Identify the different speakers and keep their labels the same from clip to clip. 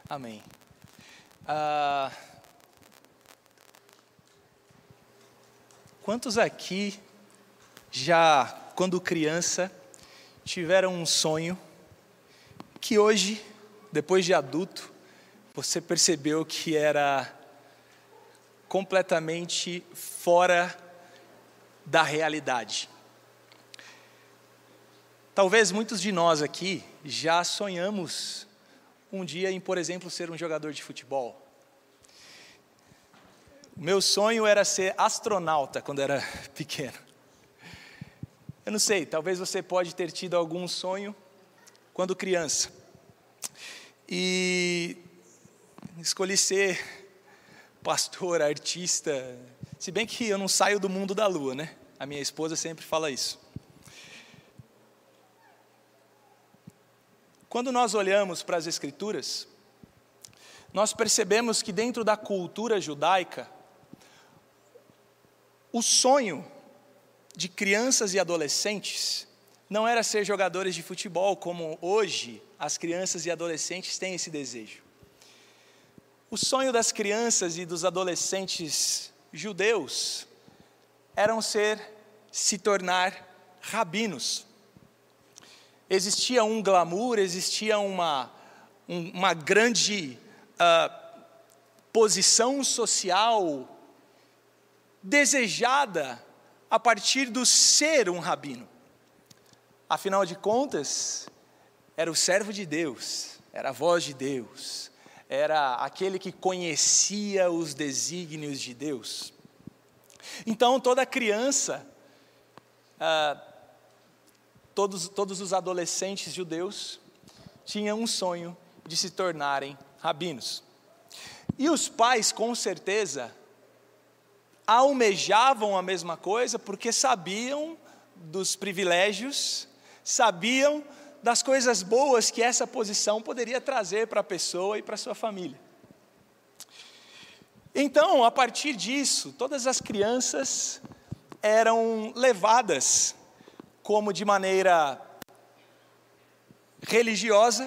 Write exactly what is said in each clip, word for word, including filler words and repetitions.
Speaker 1: Amém. Ah, quantos aqui já, quando criança, tiveram um sonho que hoje, depois de adulto, você percebeu que era completamente fora da realidade? Talvez muitos de nós aqui já sonhamos um dia em, por exemplo, ser um jogador de futebol. O meu sonho era ser astronauta quando era pequeno. Eu não sei, talvez você pode ter tido algum sonho quando criança. E escolhi ser pastor, artista, se bem que eu não saio do mundo da lua, né? A minha esposa sempre fala isso. Quando nós olhamos para as Escrituras, nós percebemos que dentro da cultura judaica, o sonho de crianças e adolescentes não era ser jogadores de futebol, como hoje as crianças e adolescentes têm esse desejo. O sonho das crianças e dos adolescentes judeus eram ser, se tornar rabinos. Existia um glamour, existia uma, um, uma grande uh, posição social desejada a partir do ser um rabino. Afinal de contas, era o servo de Deus, era a voz de Deus, era aquele que conhecia os desígnios de Deus. Então, toda criança, uh, Todos, todos os adolescentes judeus tinham um sonho de se tornarem rabinos. E os pais, com certeza, almejavam a mesma coisa, porque sabiam dos privilégios, sabiam das coisas boas que essa posição poderia trazer para a pessoa e para a sua família. Então, a partir disso, todas as crianças eram levadas como de maneira religiosa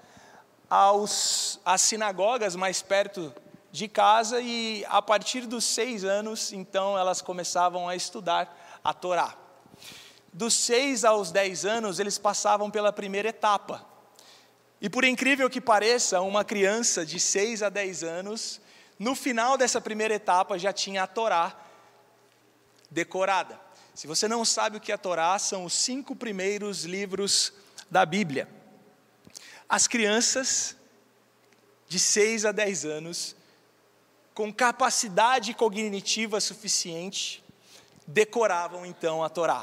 Speaker 1: aos, às sinagogas mais perto de casa, e a partir dos seis anos, então, elas começavam a estudar a Torá. Dos seis aos dez anos, eles passavam pela primeira etapa. E por incrível que pareça, uma criança de seis a dez anos, no final dessa primeira etapa, já tinha a Torá decorada. Se você não sabe o que é a Torá, são os cinco primeiros livros da Bíblia. As crianças de seis a dez anos, com capacidade cognitiva suficiente, decoravam então a Torá.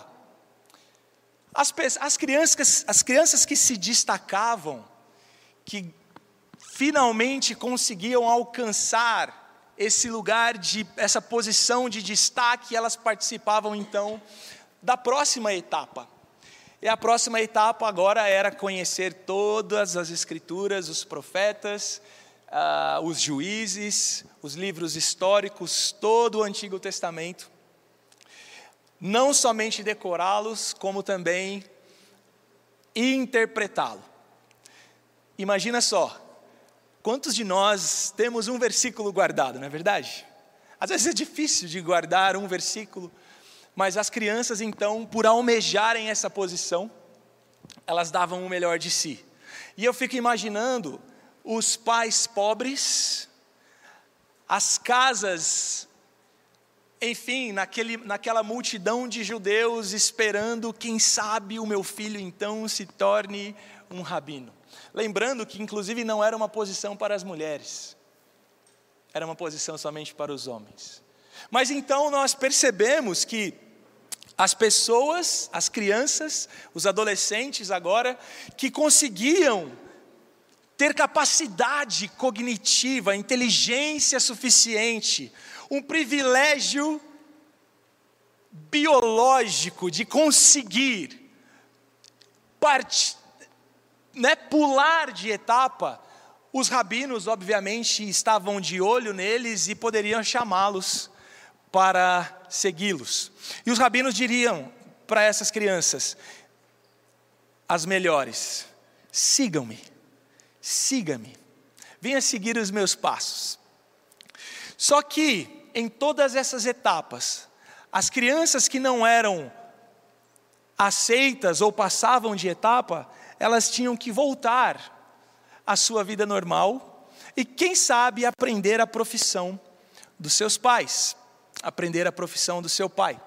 Speaker 1: As, as, crianças, as crianças que se destacavam, que finalmente conseguiam alcançar esse lugar, de, essa posição de destaque, elas participavam então da próxima etapa. E a próxima etapa agora era conhecer todas as escrituras, os profetas, uh, os juízes, os livros históricos, todo o Antigo Testamento. Não somente decorá-los, como também interpretá-lo. Imagina só, quantos de nós temos um versículo guardado, não é verdade? Às vezes é difícil de guardar um versículo, mas as crianças então, por almejarem essa posição, elas davam o melhor de si. E eu fico imaginando os pais pobres, as casas, enfim, naquele, naquela multidão de judeus esperando, quem sabe o meu filho então se torne um rabino. Lembrando que inclusive não era uma posição para as mulheres, era uma posição somente para os homens. Mas então nós percebemos que as pessoas, as crianças, os adolescentes agora, que conseguiam ter capacidade cognitiva, inteligência suficiente, um privilégio biológico de conseguir partir, Né, pular de etapa, os rabinos obviamente estavam de olho neles e poderiam chamá-los para segui-los. E os rabinos diriam para essas crianças, as melhores: sigam-me, siga-me, venha seguir os meus passos. Só que, em todas essas etapas, as crianças que não eram aceitas ou passavam de etapa, elas tinham que voltar à sua vida normal e, quem sabe, aprender a profissão dos seus pais, aprender a profissão do seu pai.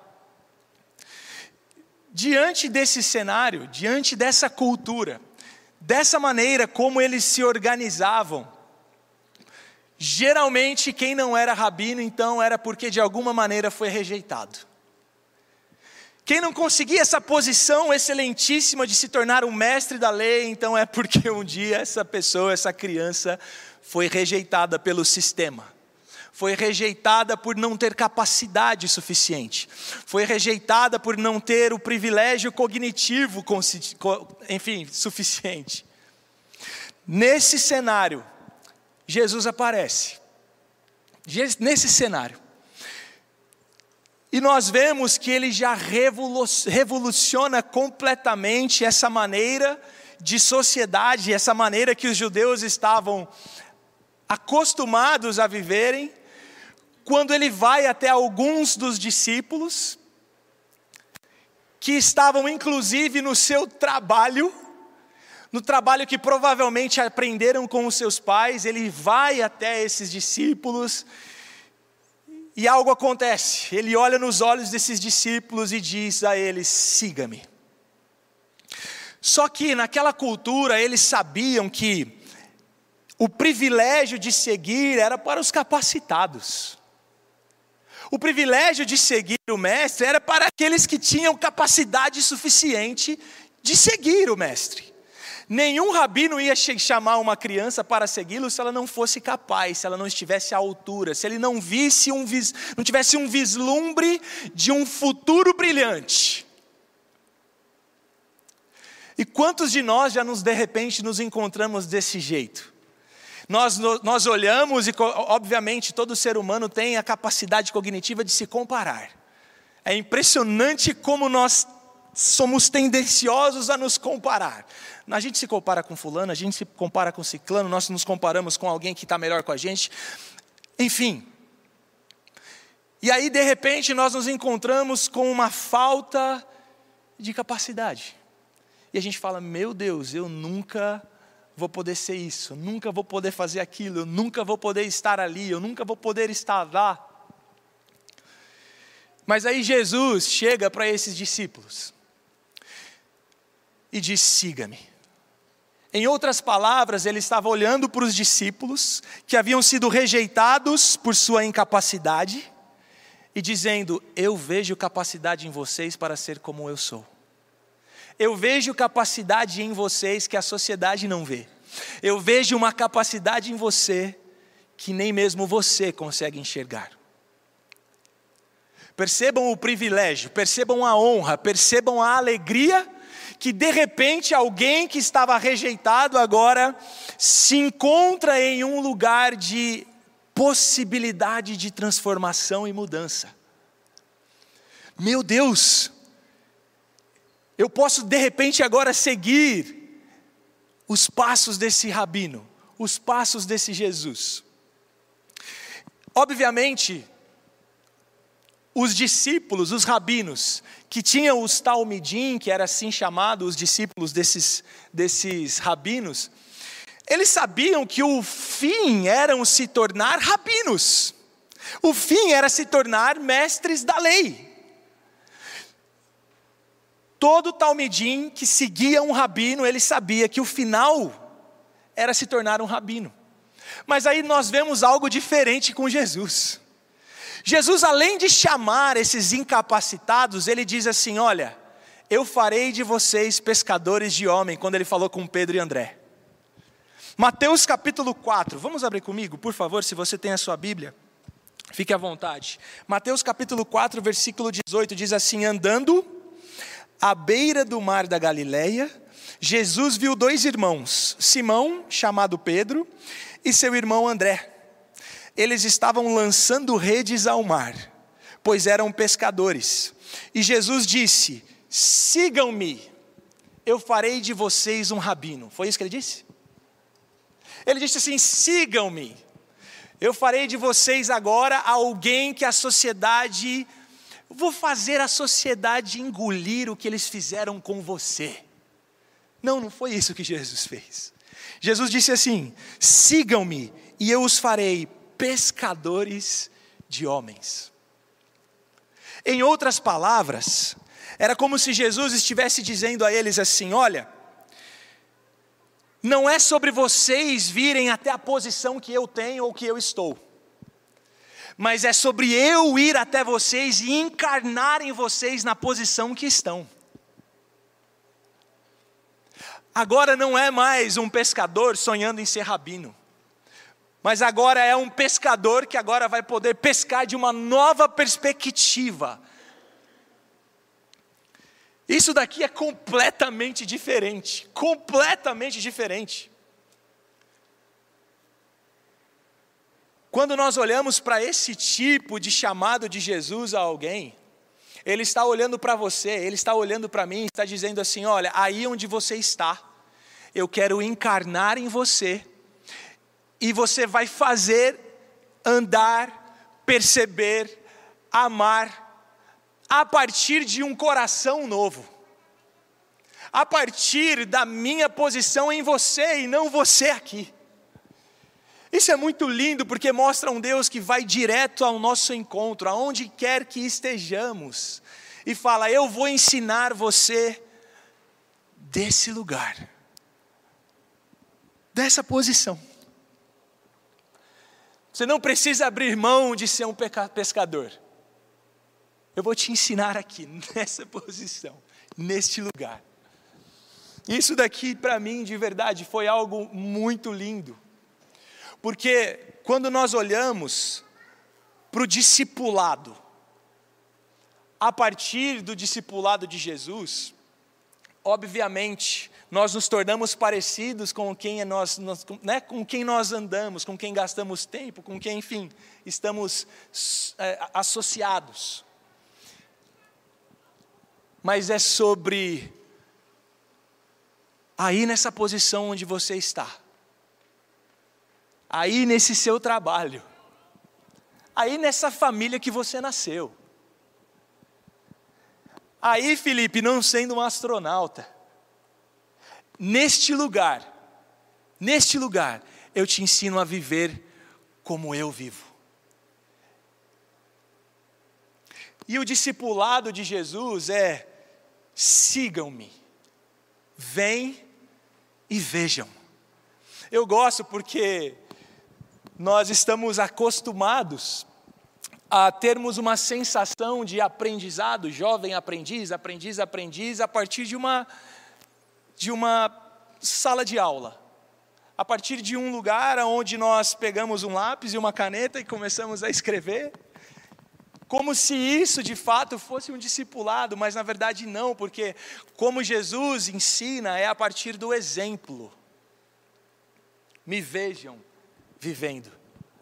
Speaker 1: Diante desse cenário, diante dessa cultura, dessa maneira como eles se organizavam, geralmente quem não era rabino, então era porque de alguma maneira foi rejeitado. Quem não conseguia essa posição excelentíssima de se tornar um mestre da lei, então é porque um dia essa pessoa, essa criança, foi rejeitada pelo sistema. Foi rejeitada por não ter capacidade suficiente. Foi rejeitada por não ter o privilégio cognitivo, enfim, suficiente. Nesse cenário, Jesus aparece. Nesse cenário. E nós vemos que ele já revoluciona completamente essa maneira de sociedade, essa maneira que os judeus estavam acostumados a viverem, quando ele vai até alguns dos discípulos, que estavam inclusive no seu trabalho, no trabalho que provavelmente aprenderam com os seus pais. Ele vai até esses discípulos, e algo acontece. Ele olha nos olhos desses discípulos e diz a eles: siga-me. Só que naquela cultura eles sabiam que o privilégio de seguir era para os capacitados. O privilégio de seguir o mestre era para aqueles que tinham capacidade suficiente de seguir o mestre. Nenhum rabino ia chamar uma criança para segui-lo se ela não fosse capaz, se ela não estivesse à altura, se ele não visse um vis, não tivesse um vislumbre de um futuro brilhante. E quantos de nós já nos de repente nos encontramos desse jeito? Nós, nós olhamos e, obviamente, todo ser humano tem a capacidade cognitiva de se comparar. É impressionante como nós somos tendenciosos a nos comparar. A gente se compara com fulano, a gente se compara com ciclano, nós nos comparamos com alguém que está melhor com a gente. Enfim. E aí, de repente, nós nos encontramos com uma falta de capacidade. E a gente fala: meu Deus, eu nunca vou poder ser isso, nunca vou poder fazer aquilo, eu nunca vou poder estar ali, eu nunca vou poder estar lá. Mas aí Jesus chega para esses discípulos e diz: siga-me. Em outras palavras, ele estava olhando para os discípulos que haviam sido rejeitados por sua incapacidade e dizendo: eu vejo capacidade em vocês para ser como eu sou. Eu vejo capacidade em vocês que a sociedade não vê. Eu vejo uma capacidade em você que nem mesmo você consegue enxergar. Percebam o privilégio, percebam a honra, percebam a alegria que de repente alguém que estava rejeitado agora se encontra em um lugar de possibilidade de transformação e mudança. Meu Deus! Eu posso de repente agora seguir os passos desse rabino, os passos desse Jesus. Obviamente, os discípulos, os rabinos, que tinham os talmidim, que era assim chamado, os discípulos desses, desses rabinos, eles sabiam que o fim era se tornar rabinos. O fim era se tornar mestres da lei. Todo talmidim que seguia um rabino, ele sabia que o final era se tornar um rabino. Mas aí nós vemos algo diferente com Jesus. Jesus, além de chamar esses incapacitados, ele diz assim: olha, eu farei de vocês pescadores de homem, quando ele falou com Pedro e André. Mateus capítulo quatro, vamos abrir comigo, por favor, se você tem a sua Bíblia, fique à vontade. Mateus capítulo quatro, versículo dezoito, diz assim: andando à beira do mar da Galileia, Jesus viu dois irmãos, Simão, chamado Pedro, e seu irmão André. Eles estavam lançando redes ao mar, pois eram pescadores. E Jesus disse: sigam-me, eu farei de vocês um rabino. Foi isso que ele disse? Ele disse assim: sigam-me, eu farei de vocês agora alguém que a sociedade, vou fazer a sociedade engolir o que eles fizeram com você. Não, não foi isso que Jesus fez. Jesus disse assim: sigam-me e eu os farei pescadores de homens. Em outras palavras, era como se Jesus estivesse dizendo a eles assim: olha, não é sobre vocês virem até a posição que eu tenho ou que eu estou, mas é sobre eu ir até vocês e encarnar em vocês na posição que estão. Agora não é mais um pescador sonhando em ser rabino, mas agora é um pescador que agora vai poder pescar de uma nova perspectiva. Isso daqui é completamente diferente, completamente diferente. Quando nós olhamos para esse tipo de chamado de Jesus a alguém, Ele está olhando para você, Ele está olhando para mim, está dizendo assim: olha, aí onde você está, eu quero encarnar em você, e você vai fazer, andar, perceber, amar, a partir de um coração novo, a partir da minha posição em você e não você aqui. Isso é muito lindo, porque mostra um Deus que vai direto ao nosso encontro, aonde quer que estejamos, e fala: eu vou ensinar você desse lugar, dessa posição. Você não precisa abrir mão de ser um pescador. Eu vou te ensinar aqui, nessa posição, neste lugar. Isso daqui para mim, de verdade, foi algo muito lindo. Porque quando nós olhamos para o discipulado, a partir do discipulado de Jesus, obviamente, nós nos tornamos parecidos com quem nós, nós, né, com quem nós andamos, com quem gastamos tempo, com quem, enfim, estamos é, associados. Mas é sobre aí nessa posição onde você está, aí nesse seu trabalho, aí nessa família que você nasceu, aí, Felipe, não sendo um astronauta, neste lugar, neste lugar, eu te ensino a viver como eu vivo. E o discipulado de Jesus é: sigam-me, vem e vejam. Eu gosto porque nós estamos acostumados a termos uma sensação de aprendizado, jovem aprendiz, aprendiz, aprendiz, a partir de uma, de uma sala de aula. A partir de um lugar onde nós pegamos um lápis e uma caneta e começamos a escrever. Como se isso de fato fosse um discipulado, mas na verdade não, porque como Jesus ensina é a partir do exemplo. Me vejam vivendo.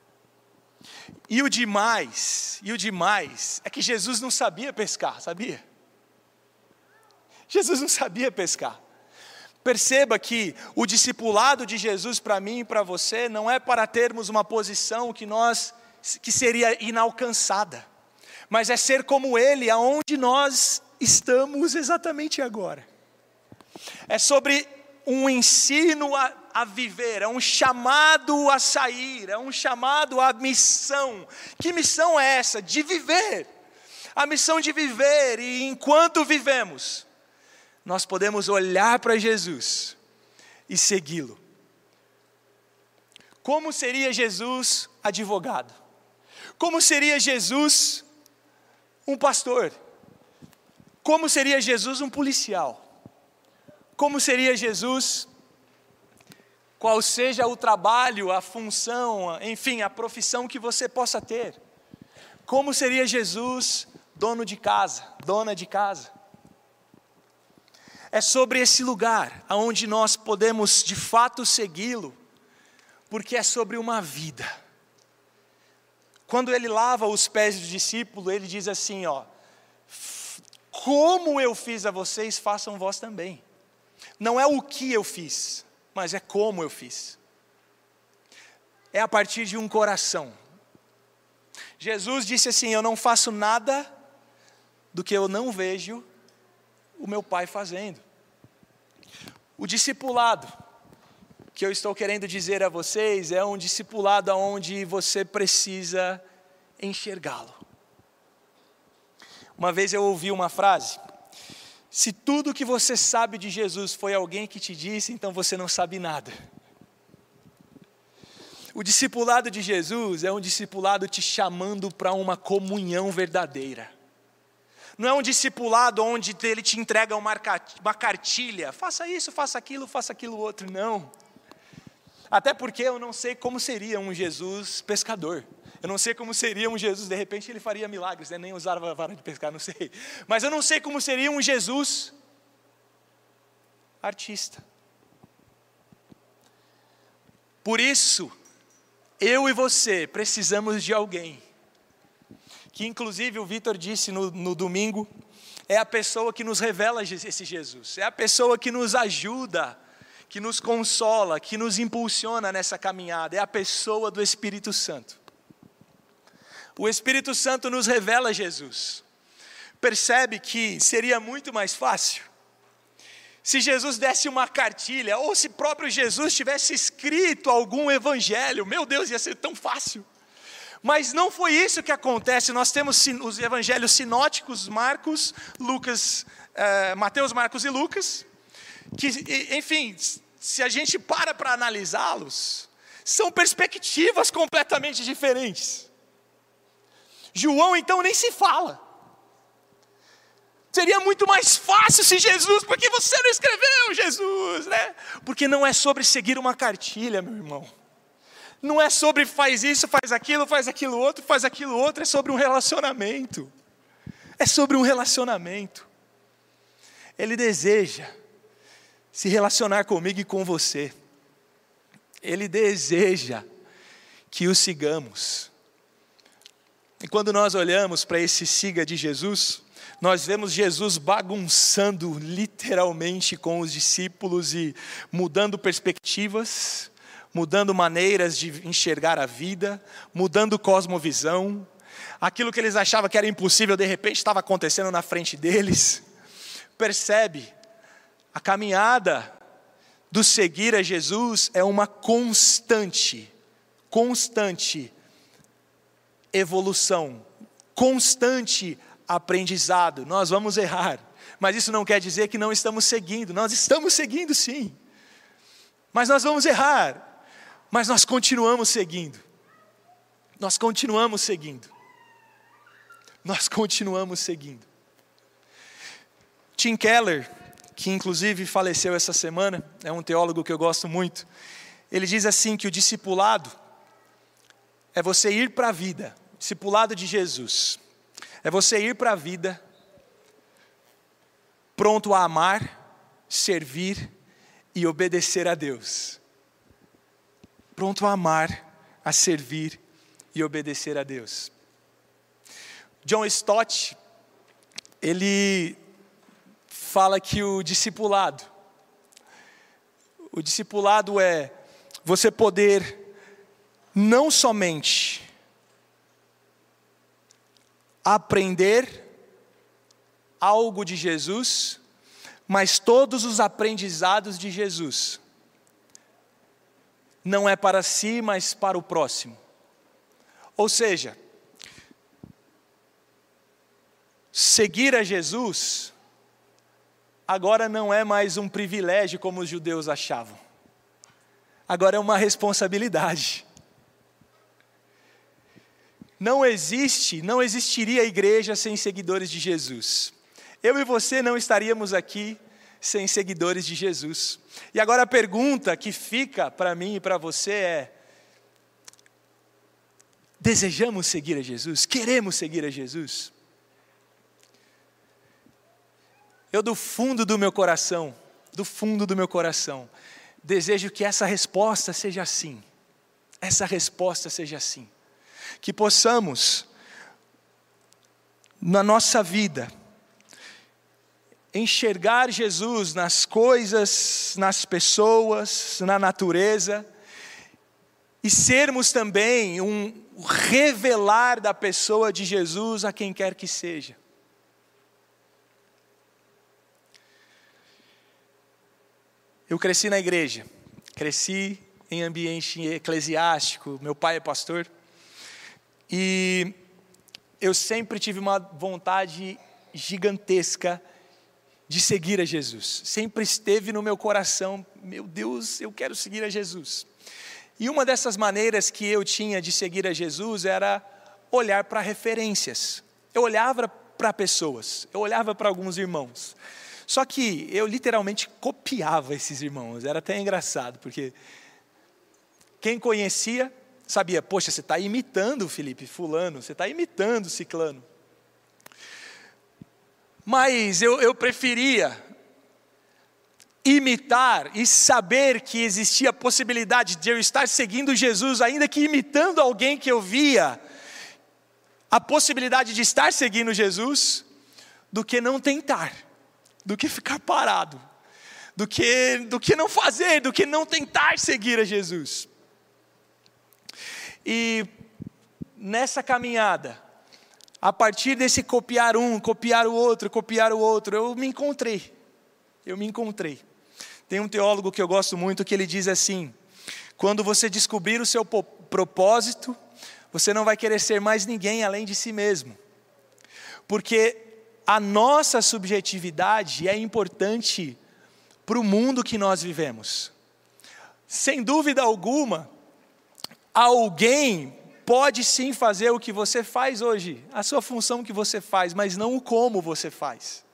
Speaker 1: E o demais, e o demais é que Jesus não sabia pescar, sabia? Jesus não sabia pescar. Perceba que o discipulado de Jesus para mim e para você não é para termos uma posição que nós que seria inalcançada, mas é ser como Ele, aonde nós estamos exatamente agora. É sobre um ensino a, a viver, é um chamado a sair, é um chamado à missão. Que missão é essa? De viver. A missão de viver, e enquanto vivemos, nós podemos olhar para Jesus e segui-lo. Como seria Jesus advogado? Como seria Jesus um pastor? Como seria Jesus um policial? Como seria Jesus, qual seja o trabalho, a função, enfim, a profissão que você possa ter? Como seria Jesus dono de casa, dona de casa? É sobre esse lugar, onde nós podemos de fato segui-lo, porque é sobre uma vida. Quando ele lava os pés do discípulo, ele diz assim, ó: como eu fiz a vocês, façam vós também. Não é o que eu fiz, mas é como eu fiz. é a partir de um coração. Jesus disse assim: eu não faço nada do que eu não vejo o meu Pai fazendo. O discipulado que eu estou querendo dizer a vocês é um discipulado onde você precisa enxergá-lo. Uma vez eu ouvi uma frase: se tudo que você sabe de Jesus foi alguém que te disse, então você não sabe nada. O discipulado de Jesus é um discipulado te chamando para uma comunhão verdadeira. Não é um discipulado onde ele te entrega uma cartilha, faça isso, faça aquilo, faça aquilo outro, não. Até porque eu não sei como seria um Jesus pescador. Eu não sei como seria um Jesus, de repente ele faria milagres, né? Nem usava a vara de pescar, não sei. Mas eu não sei como seria um Jesus artista. Por isso, eu e você precisamos de alguém, que inclusive o Vitor disse no, no domingo, é a pessoa que nos revela esse Jesus, é a pessoa que nos ajuda, que nos consola, que nos impulsiona nessa caminhada, é a pessoa do Espírito Santo. O Espírito Santo nos revela Jesus. Percebe que seria muito mais fácil se Jesus desse uma cartilha, ou se próprio Jesus tivesse escrito algum evangelho. Meu Deus, ia ser tão fácil. Mas não foi isso que acontece. Nós temos os evangelhos sinóticos, Marcos, Lucas, eh, Mateus, Marcos e Lucas, que, enfim, se a gente para para analisá-los, são perspectivas completamente diferentes. João, então, nem se fala. Seria muito mais fácil se Jesus, porque você não escreveu Jesus, né? Porque não é sobre seguir uma cartilha, meu irmão. Não é sobre faz isso, faz aquilo, faz aquilo outro, faz aquilo outro, é sobre um relacionamento. É sobre um relacionamento. Ele deseja se relacionar comigo e com você. Ele deseja que o sigamos. E quando nós olhamos para esse siga de Jesus, nós vemos Jesus bagunçando literalmente com os discípulos e mudando perspectivas, mudando maneiras de enxergar a vida, mudando cosmovisão. Aquilo que eles achavam que era impossível, de repente estava acontecendo na frente deles. Percebe? A caminhada do seguir a Jesus é uma constante, constante evolução, constante aprendizado. Nós vamos errar, mas isso não quer dizer que não estamos seguindo. Nós estamos seguindo sim, mas nós vamos errar, mas nós continuamos seguindo. Nós continuamos seguindo. Nós continuamos seguindo. Tim Keller, que inclusive faleceu essa semana, é um teólogo que eu gosto muito. Ele diz assim que o discipulado é você ir para a vida, discipulado de Jesus, é você ir para a vida pronto a amar, servir e obedecer a Deus. Pronto a amar, a servir e obedecer a Deus. John Stott, ele fala que o discipulado, o discipulado é você poder não somente aprender algo de Jesus, mas todos os aprendizados de Jesus. Não é para si, mas para o próximo. Ou seja, seguir a Jesus agora não é mais um privilégio como os judeus achavam. Agora é uma responsabilidade. Não existe, não existiria igreja sem seguidores de Jesus. Eu e você não estaríamos aqui sem seguidores de Jesus. E agora a pergunta que fica para mim e para você é: desejamos seguir a Jesus? Queremos seguir a Jesus? Eu do fundo do meu coração, do fundo do meu coração, desejo que essa resposta seja assim. Essa resposta seja assim. Que possamos, na nossa vida, enxergar Jesus nas coisas, nas pessoas, na natureza, e sermos também um revelar da pessoa de Jesus a quem quer que seja. Eu cresci na igreja, cresci em ambiente eclesiástico, meu pai é pastor, e eu sempre tive uma vontade gigantesca de seguir a Jesus. Sempre esteve no meu coração, meu Deus, eu quero seguir a Jesus. E uma dessas maneiras que eu tinha de seguir a Jesus era olhar para referências. Eu olhava para pessoas, eu olhava para alguns irmãos. Só que eu literalmente copiava esses irmãos, era até engraçado, porque quem conhecia sabia, poxa, você está imitando Felipe, fulano, você está imitando ciclano. Mas eu, eu preferia imitar e saber que existia a possibilidade de eu estar seguindo Jesus, ainda que imitando alguém que eu via, a possibilidade de estar seguindo Jesus, do que não tentar, do que ficar parado, do que, do que não fazer, do que não tentar seguir a Jesus. E nessa caminhada, a partir desse copiar um, copiar o outro, copiar o outro, eu me encontrei, eu me encontrei. Tem um teólogo que eu gosto muito que ele diz assim: quando você descobrir o seu propósito, você não vai querer ser mais ninguém além de si mesmo. Porque a nossa subjetividade é importante para o mundo que nós vivemos. Sem dúvida alguma, alguém pode sim fazer o que você faz hoje, a sua função que você faz, mas não o como você faz.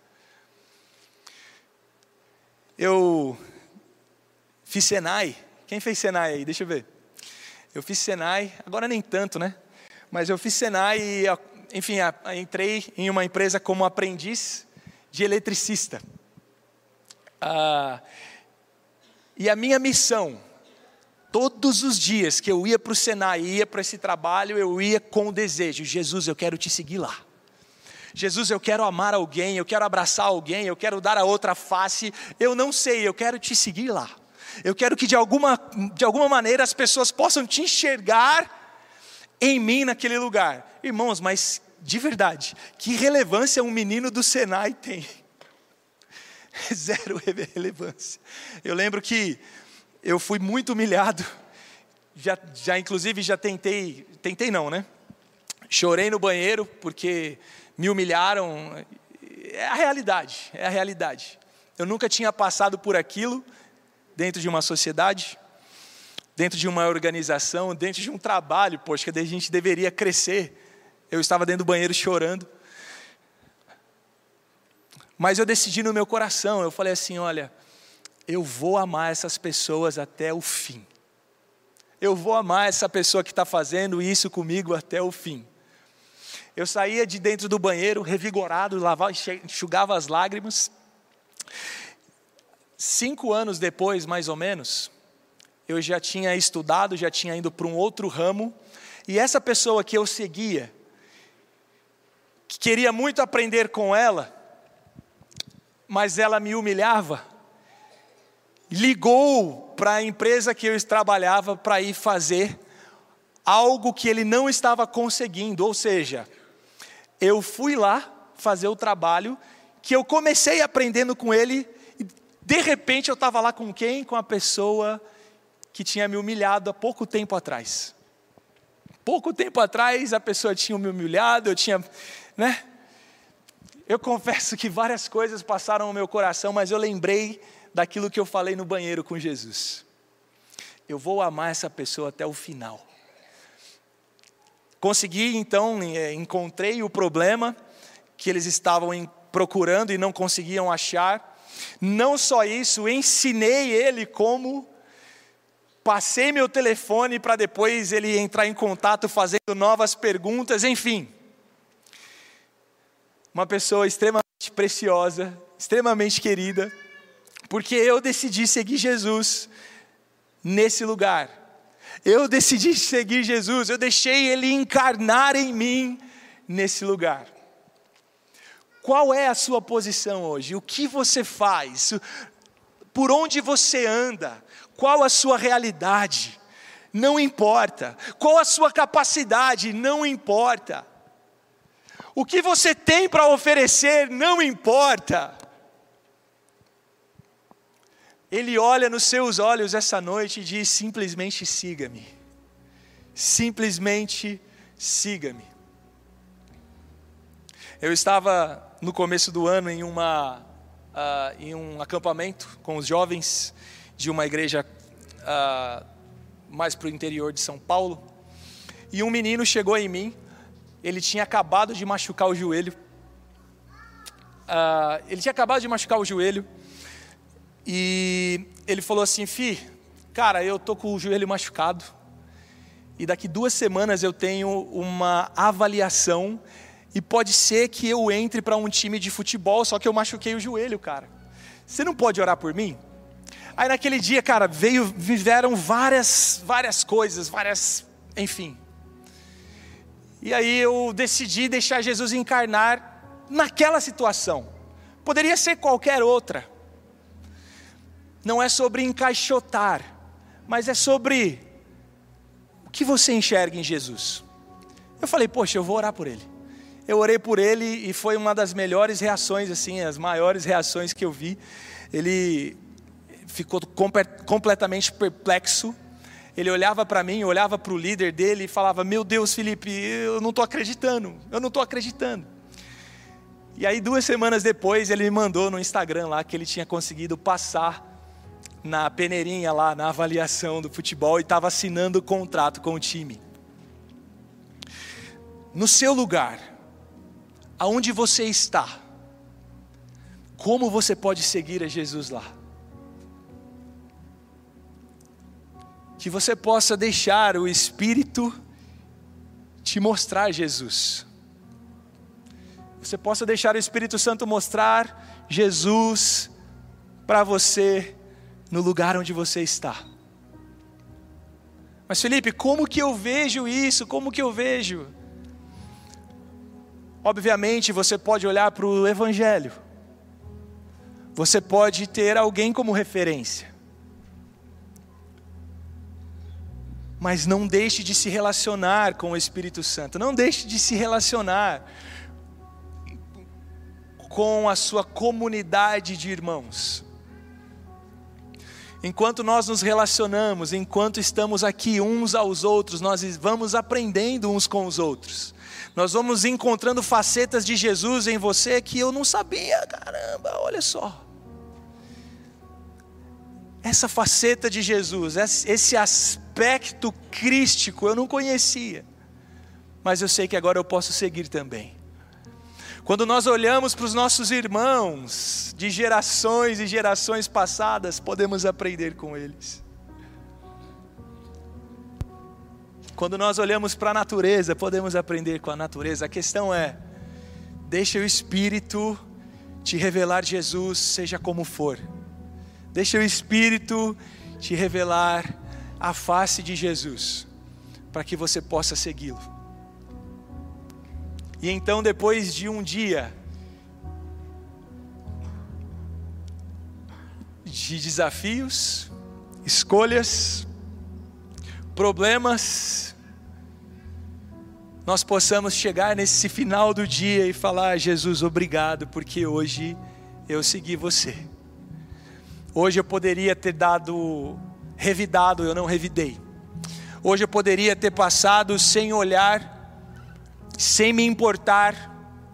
Speaker 1: Eu fiz Senai. Quem fez Senai aí? Deixa eu ver. Eu fiz Senai, agora nem tanto, né? Mas eu fiz Senai e, enfim, entrei em uma empresa como aprendiz de eletricista. Ah, e a minha missão, todos os dias que eu ia para o Senai, ia para esse trabalho, eu ia com o desejo: Jesus, eu quero te seguir lá. Jesus, eu quero amar alguém, eu quero abraçar alguém, eu quero dar a outra face, eu não sei, eu quero te seguir lá. Eu quero que de alguma, de alguma maneira as pessoas possam te enxergar em mim naquele lugar. Irmãos, mas de verdade, que relevância um menino do Senai tem? Zero relevância. Eu lembro que eu fui muito humilhado, já, já inclusive já tentei, tentei não, né? Chorei no banheiro porque me humilharam. É a realidade, é a realidade. Eu nunca tinha passado por aquilo dentro de uma sociedade, dentro de uma organização, dentro de um trabalho, poxa, que a gente deveria crescer. Eu estava dentro do banheiro chorando. Mas eu decidi no meu coração, eu falei assim, olha, eu vou amar essas pessoas até o fim. Eu vou amar essa pessoa que está fazendo isso comigo até o fim. Eu saía de dentro do banheiro, revigorado, lavava, enxugava as lágrimas. Cinco anos depois, mais ou menos, eu já tinha estudado, já tinha ido para um outro ramo. E essa pessoa que eu seguia, que queria muito aprender com ela, mas ela me humilhava, ligou para a empresa que eu trabalhava para ir fazer algo que ele não estava conseguindo. Ou seja, eu fui lá fazer o trabalho que eu comecei aprendendo com ele, e de repente eu estava lá com quem? Com a pessoa que tinha me humilhado há pouco tempo atrás. Pouco tempo atrás a pessoa tinha me humilhado, eu tinha, né? Eu confesso que várias coisas passaram no meu coração, mas eu lembrei daquilo que eu falei no banheiro com Jesus. Eu vou amar essa pessoa até o final. Consegui então, encontrei o problema que eles estavam procurando e não conseguiam achar. Não só isso, ensinei ele como, passei meu telefone para depois ele entrar em contato fazendo novas perguntas, enfim. Uma pessoa extremamente preciosa, extremamente querida, porque eu decidi seguir Jesus nesse lugar. Eu decidi seguir Jesus, eu deixei Ele encarnar em mim nesse lugar. Qual é a sua posição hoje? O que você faz? Por onde você anda? Qual a sua realidade? não importa. Qual a sua capacidade, não importa. O que você tem para oferecer, não importa. Ele olha nos seus olhos essa noite e diz: simplesmente siga-me. Simplesmente siga-me. Eu estava no começo do ano em, uma, uh, em um acampamento com os jovens de uma igreja uh, mais para o interior de São Paulo. E um menino chegou em mim, ele tinha acabado de machucar o joelho. Uh, ele tinha acabado de machucar o joelho. E ele falou assim: Fi, cara, eu tô com o joelho machucado. E daqui duas semanas eu tenho uma avaliação. E pode ser que eu entre para um time de futebol, só que eu machuquei o joelho, cara. Você não pode orar por mim? Aí naquele dia, cara, veio, vieram várias, várias coisas, várias, enfim. E aí eu decidi deixar Jesus encarnar naquela situação. Poderia ser qualquer outra. Não é sobre encaixotar, mas é sobre o que você enxerga em Jesus. Eu falei: poxa, eu vou orar por ele. Eu orei por ele e foi uma das melhores reações, assim, as maiores reações que eu vi. Ele ficou completamente perplexo. Ele olhava para mim, olhava para o líder dele e falava: meu Deus, Felipe, eu não estou acreditando, eu não estou acreditando. E aí duas semanas depois ele me mandou no Instagram lá que ele tinha conseguido passar na peneirinha lá, na avaliação do futebol, e estava assinando o contrato com o time. No seu lugar, aonde você está, como você pode seguir a Jesus lá? Que você possa deixar o Espírito te mostrar Jesus. Você possa deixar o Espírito Santo mostrar Jesus para você no lugar onde você está. Mas Felipe, como que eu vejo isso? Como que eu vejo? Obviamente você pode olhar para o Evangelho. Você pode ter alguém como referência. Mas não deixe de se relacionar com o Espírito Santo. Não deixe de se relacionar com a sua comunidade de irmãos. Enquanto nós nos relacionamos, enquanto estamos aqui uns aos outros, nós vamos aprendendo uns com os outros. Nós vamos encontrando facetas de Jesus em você que eu não sabia, caramba, olha só. Essa faceta de Jesus, esse aspecto crístico eu não conhecia. Mas eu sei que agora eu posso seguir também. Quando nós olhamos para os nossos irmãos de gerações e gerações passadas, podemos aprender com eles. Quando nós olhamos para a natureza, podemos aprender com a natureza. A questão é, deixa o Espírito te revelar Jesus, seja como for. Deixa o Espírito te revelar a face de Jesus, para que você possa segui-lo. E então, depois de um dia de desafios, escolhas, problemas, nós possamos chegar nesse final do dia e falar: Jesus, obrigado, porque hoje eu segui você. Hoje eu poderia ter dado, revidado, eu não revidei. Hoje eu poderia ter passado sem olhar, sem me importar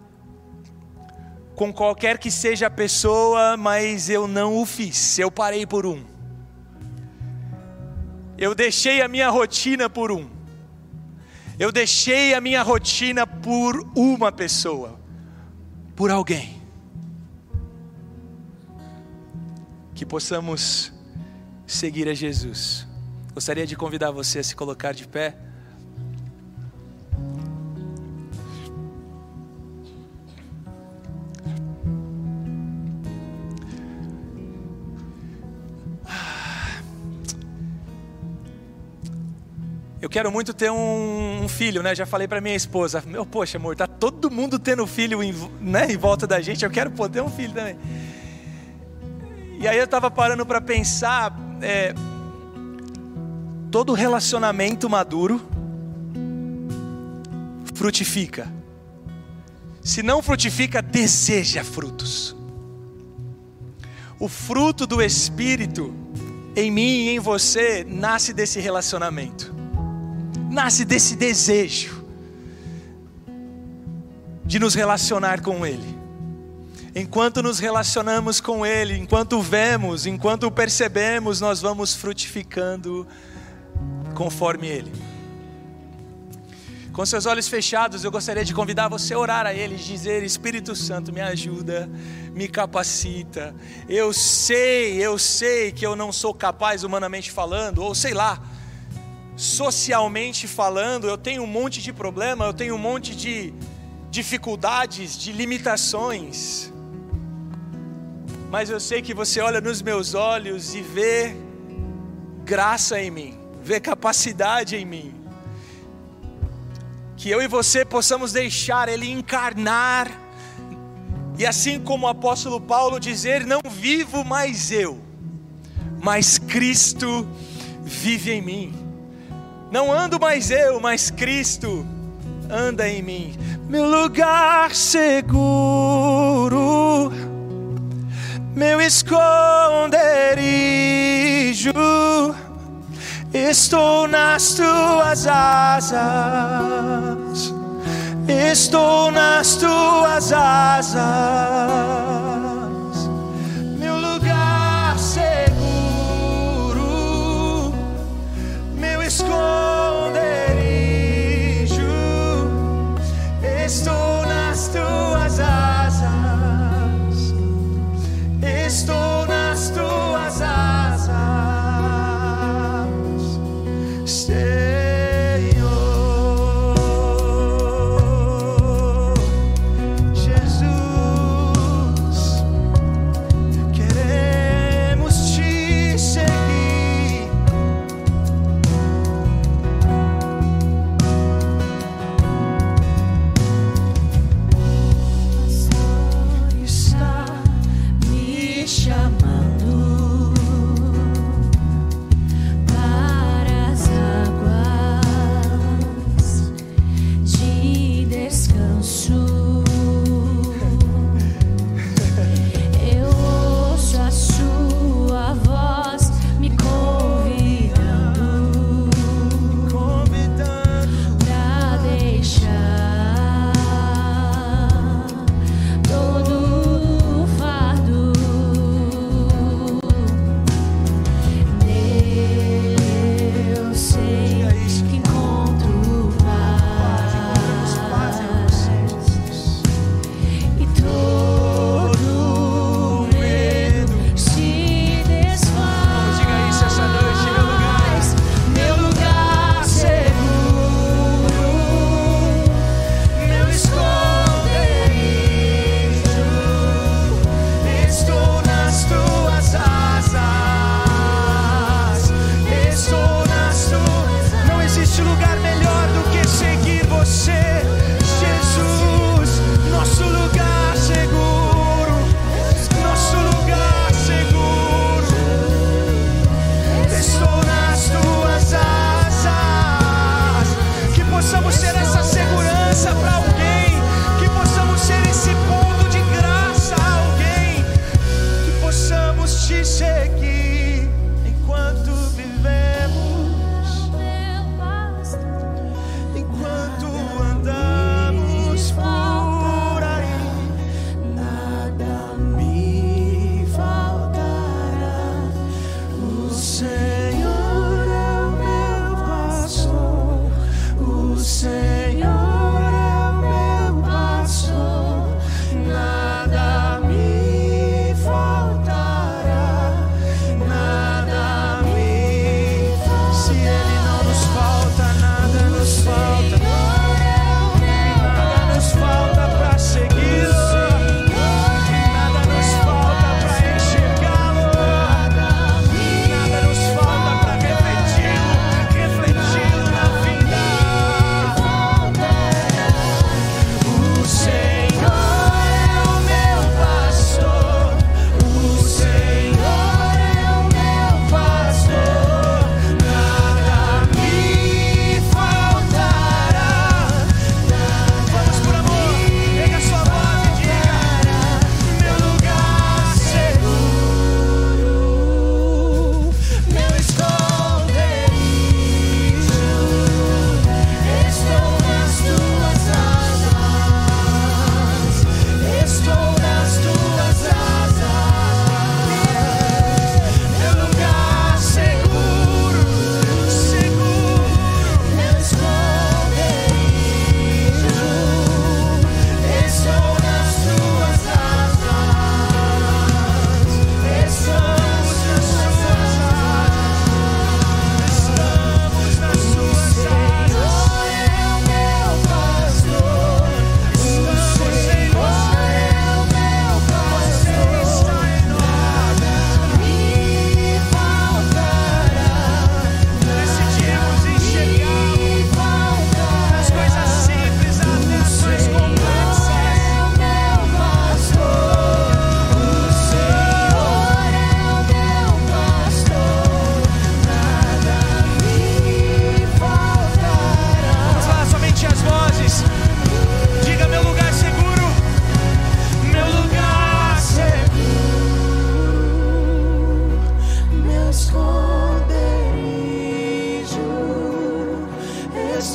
Speaker 1: com qualquer que seja a pessoa, mas eu não o fiz, eu parei por um. Eu deixei a minha rotina por um. Eu deixei a minha rotina por uma pessoa, por alguém. Que possamos seguir a Jesus. Gostaria de convidar você a se colocar de pé. Eu quero muito ter um, um filho, né? Já falei para minha esposa: meu, poxa amor, tá todo mundo tendo filho em, né, em volta da gente, eu quero poder ter um filho também. E aí eu estava parando para pensar, é, todo relacionamento maduro frutifica. Se não frutifica, deseja frutos. O fruto do Espírito em mim e em você nasce desse relacionamento. Nasce desse desejo de nos relacionar com Ele. Enquanto nos relacionamos com Ele, enquanto vemos, enquanto percebemos, nós vamos frutificando conforme Ele. Com seus olhos fechados, eu gostaria de convidar você a orar a Ele e dizer: Espírito Santo, me ajuda, me capacita. Eu sei, eu sei que eu não sou capaz humanamente falando, ou sei lá, socialmente falando, eu tenho um monte de problema, eu tenho um monte de dificuldades, de limitações. Mas eu sei que você olha nos meus olhos e vê graça em mim, vê capacidade em mim. Que eu e você possamos deixar Ele encarnar, e assim como o apóstolo Paulo dizer: não vivo mais eu, mas Cristo vive em mim. Não ando mais eu, mas Cristo anda em mim. Meu lugar seguro, meu esconderijo, estou nas tuas asas, estou nas tuas asas. Meu lugar seguro, meu esconderijo, estou nas tuas asas, estou nas tuas asas. Senhor Jesus,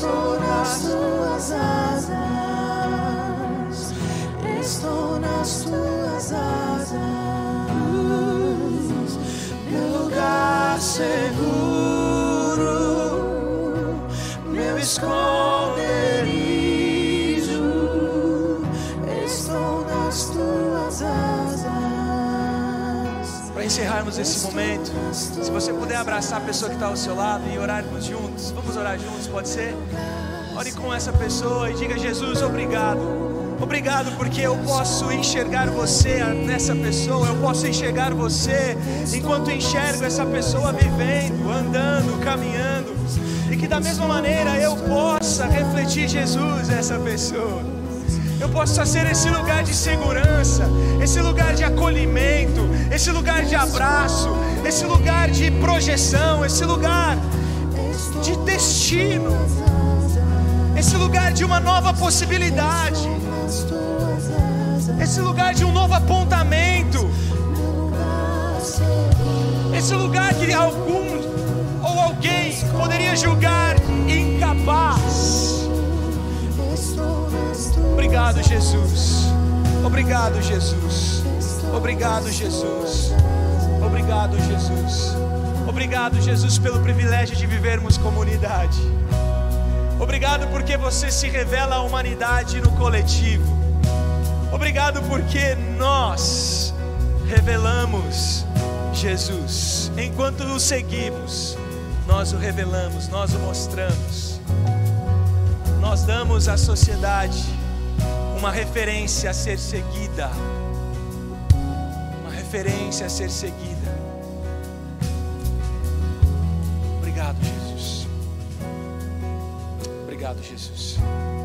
Speaker 2: estou nas tuas asas, estou nas tuas asas, meu lugar seguro, meu esconderijo, estou nas tuas asas.
Speaker 1: Para encerrarmos esse momento, se você puder abraçar a pessoa que está ao seu lado e orarmos juntos, vamos orar juntos, pode ser? Ore com essa pessoa e diga: Jesus, obrigado. Obrigado porque eu posso enxergar você nessa pessoa, eu posso enxergar você enquanto enxergo essa pessoa vivendo, andando, caminhando, e que da mesma maneira eu possa refletir Jesus nessa pessoa. Eu possa ser esse lugar de segurança, esse lugar de acolhimento, esse lugar de abraço, esse lugar de projeção, esse lugar de destino, esse lugar de uma nova possibilidade, esse lugar de um novo apontamento, esse lugar que algum ou alguém poderia julgar incapaz. Obrigado, Jesus. Obrigado, Jesus. Obrigado, Jesus. Obrigado, Jesus. Obrigado, Jesus, pelo privilégio de vivermos comunidade. Obrigado porque você se revela à humanidade no coletivo. Obrigado porque nós revelamos Jesus. Enquanto o seguimos, nós o revelamos, nós o mostramos. Nós damos à sociedade uma referência a ser seguida. Uma referência a ser seguida. Obrigado, Jesus. Obrigado, Jesus.